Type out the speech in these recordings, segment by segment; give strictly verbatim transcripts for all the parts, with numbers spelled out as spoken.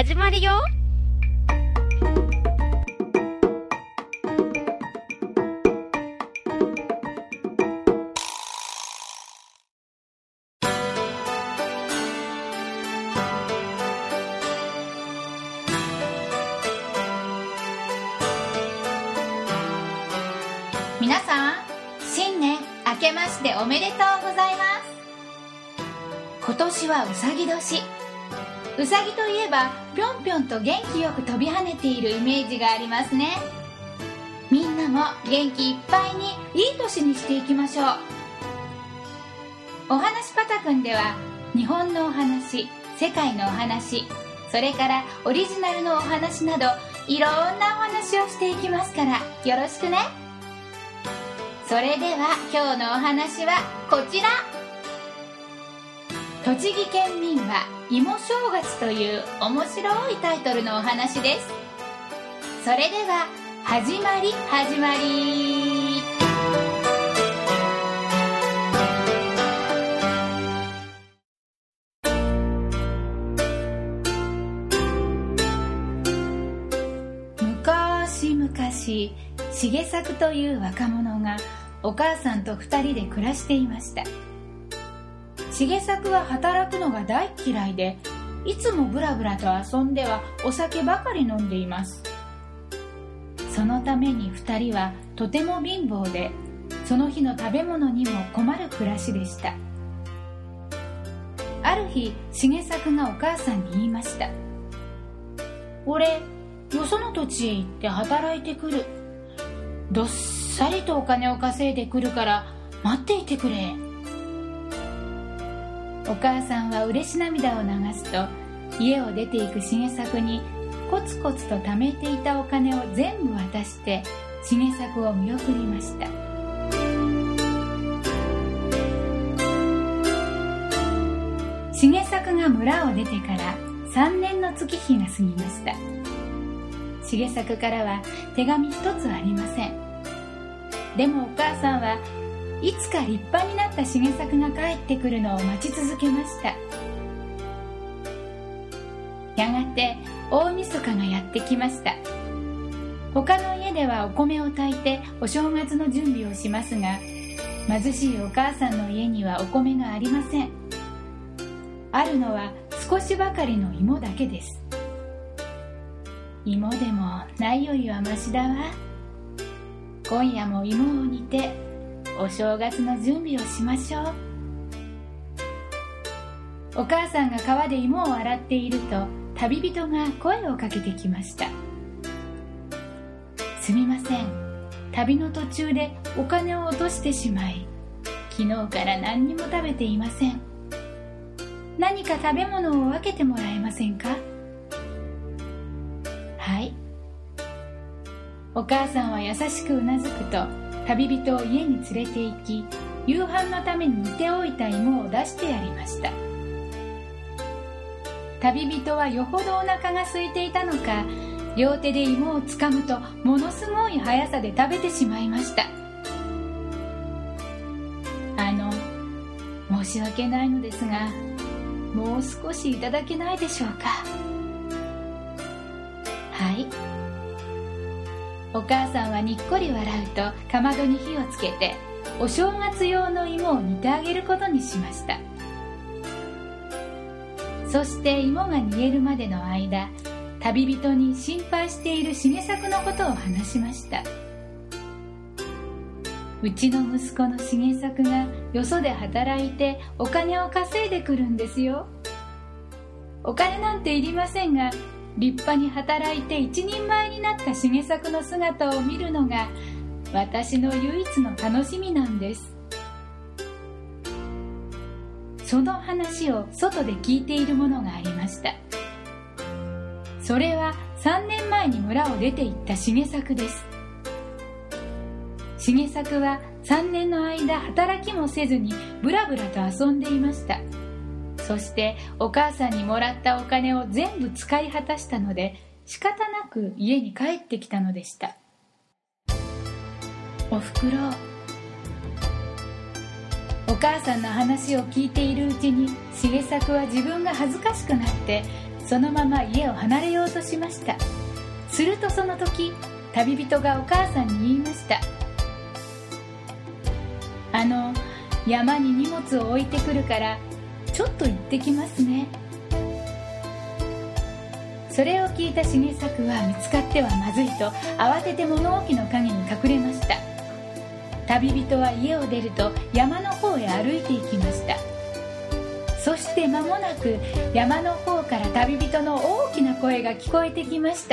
始まるよ。 皆さん、新年明けましておめでとうございます。今年はうさぎ年。うさぎといえばぴょんぴょんと元気よく飛び跳ねているイメージがありますね。みんなも元気いっぱいにいい年にしていきましょう。お話パタくんでは日本のお話、世界のお話、それからオリジナルのお話などいろんなお話をしていきますからよろしくね。それでは今日のお話はこちら。栃木県民は芋正月という面白いタイトルのお話です。それでは始まり始まり。昔々重作という若者がお母さんと二人で暮らしていました。重作は働くのが大嫌いで、いつもブラブラと遊んではお酒ばかり飲んでいます。そのために二人はとても貧乏で、その日の食べ物にも困る暮らしでした。ある日、重作がお母さんに言いました。俺、よその土地へ行って働いてくる。どっさりとお金を稼いでくるから待っていてくれ。お母さんは嬉し涙を流すと、家を出ていく重作にコツコツと貯めていたお金を全部渡して重作を見送りました。重作が村を出てからさんねんの月日が過ぎました。重作からは手紙一つありません。でもお母さんはいつか立派になった重作が帰ってくるのを待ち続けました。やがて大晦日がやってきました。他の家ではお米を炊いてお正月の準備をしますが、貧しいお母さんの家にはお米がありません。あるのは少しばかりの芋だけです。芋でもないよりはましだわ。今夜も芋を煮てお正月の準備をしましょう。お母さんが川で芋を洗っていると、旅人が声をかけてきました。すみません、旅の途中でお金を落としてしまい、昨日から何にも食べていません。何か食べ物を分けてもらえませんか？はい。お母さんは優しくうなずくと、旅人を家に連れて行き、夕飯のために煮ておいた芋を出してやりました。旅人はよほどお腹が空いていたのか、両手で芋をつかむとものすごい速さで食べてしまいました。あの、申し訳ないのですが、もう少しいただけないでしょうか？はい。お母さんはにっこり笑うとかまどに火をつけてお正月用の芋を煮てあげることにしました。そして芋が煮えるまでの間、旅人に心配している重作のことを話しました。うちの息子の重作がよそで働いてお金を稼いでくるんですよ。お金なんていりませんが、立派に働いて一人前になった重作の姿を見るのが私の唯一の楽しみなんです。その話を外で聞いているものがありました。それはさんねんまえに村を出て行った重作です。重作はさんねんの間働きもせずにブラブラと遊んでいました。そしてお母さんにもらったお金を全部使い果たしたので、仕方なく家に帰ってきたのでした。おふくろ、お母さんの話を聞いているうちに重作は自分が恥ずかしくなってそのまま家を離れようとしました。するとその時、旅人がお母さんに言いました。あの、山に荷物を置いてくるからちょっと行ってきますね。それを聞いた重作は見つかってはまずいと慌てて物置の陰に隠れました。旅人は家を出ると山の方へ歩いて行きました。そして間もなく山の方から旅人の大きな声が聞こえてきました。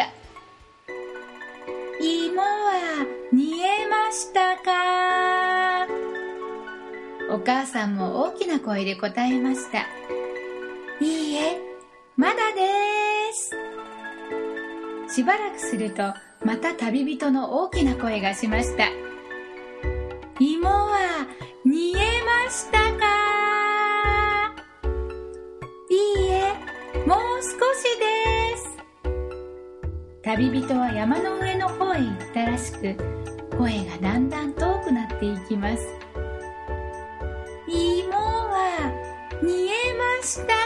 芋は煮えましたか？お母さんも大きな声で答えました。いいえ、まだです。しばらくするとまた旅人の大きな声がしました。芋は煮えましたか？いいえ、もう少しです。旅人は山の上の方へ行ったらしく、声がだんだん遠くなっていきます。芋は煮えましたか？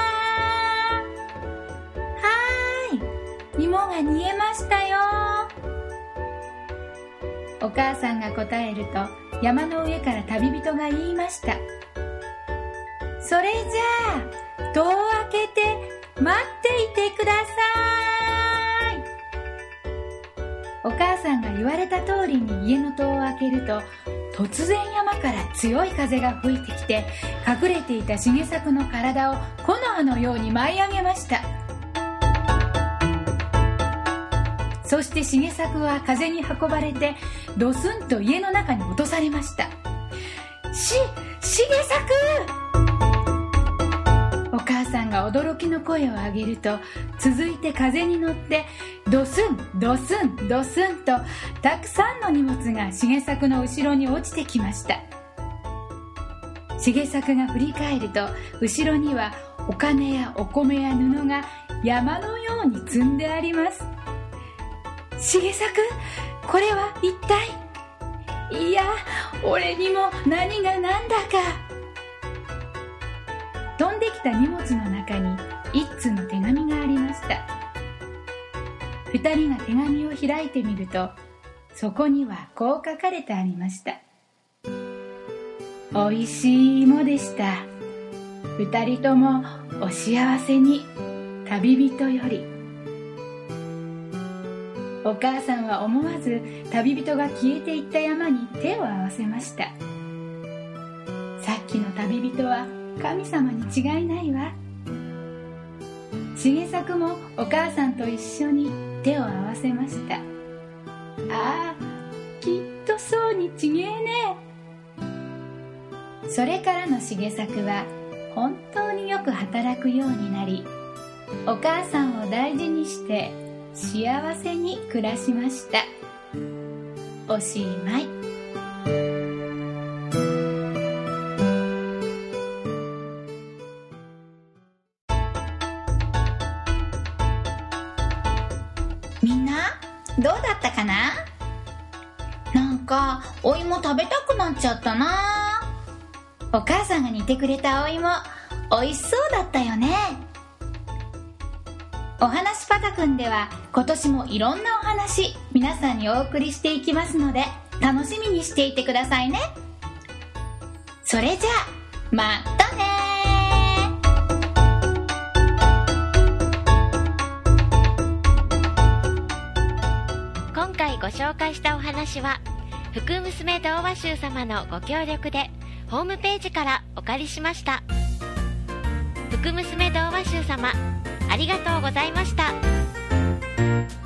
芋が煮えましたよ。お母さんが答えると山の上から旅人が言いました。それじゃあ戸を開けて待っていてください。お母さんが言われた通りに家の戸を開けると、突然山から強い風が吹いてきて、隠れていた重作の体を木の葉のように舞い上げました。そして重作は風に運ばれてドスンと家の中に落とされました。し、重作！お母さんが驚きの声を上げると、続いて風に乗ってドスンドスンドスンとたくさんの荷物が重作の後ろに落ちてきました。重作が振り返ると、後ろにはお金やお米や布が山のように積んであります。重作、これは一体？いや、俺にも何が何だか。飛んできた荷物の中に一通の手紙がありました。二人が手紙を開いてみると、そこにはこう書かれてありました。おいしい芋でした。二人ともお幸せに、旅人より。お母さんは思わず旅人が消えていった山に手を合わせました。さっきの旅人は神様に違いないわ。重作もお母さんと一緒に手を合わせました。ああ、きっとそうに違えねえ。それからの重作は本当によく働くようになり、お母さんを大事にして幸せに暮らしました。おしまい。みんなどうだったかな？なんかお芋食べたくなっちゃったな。お母さんが煮てくれたお芋、おいしそうだったよね。おはなしパカくんでは今年もいろんなお話皆さんにお送りしていきますので、楽しみにしていてくださいね。それじゃあまたね。 今回ご紹介したお話は福娘童話集様のご協力でホームページからお借りしました。福娘童話集様、ありがとうございました。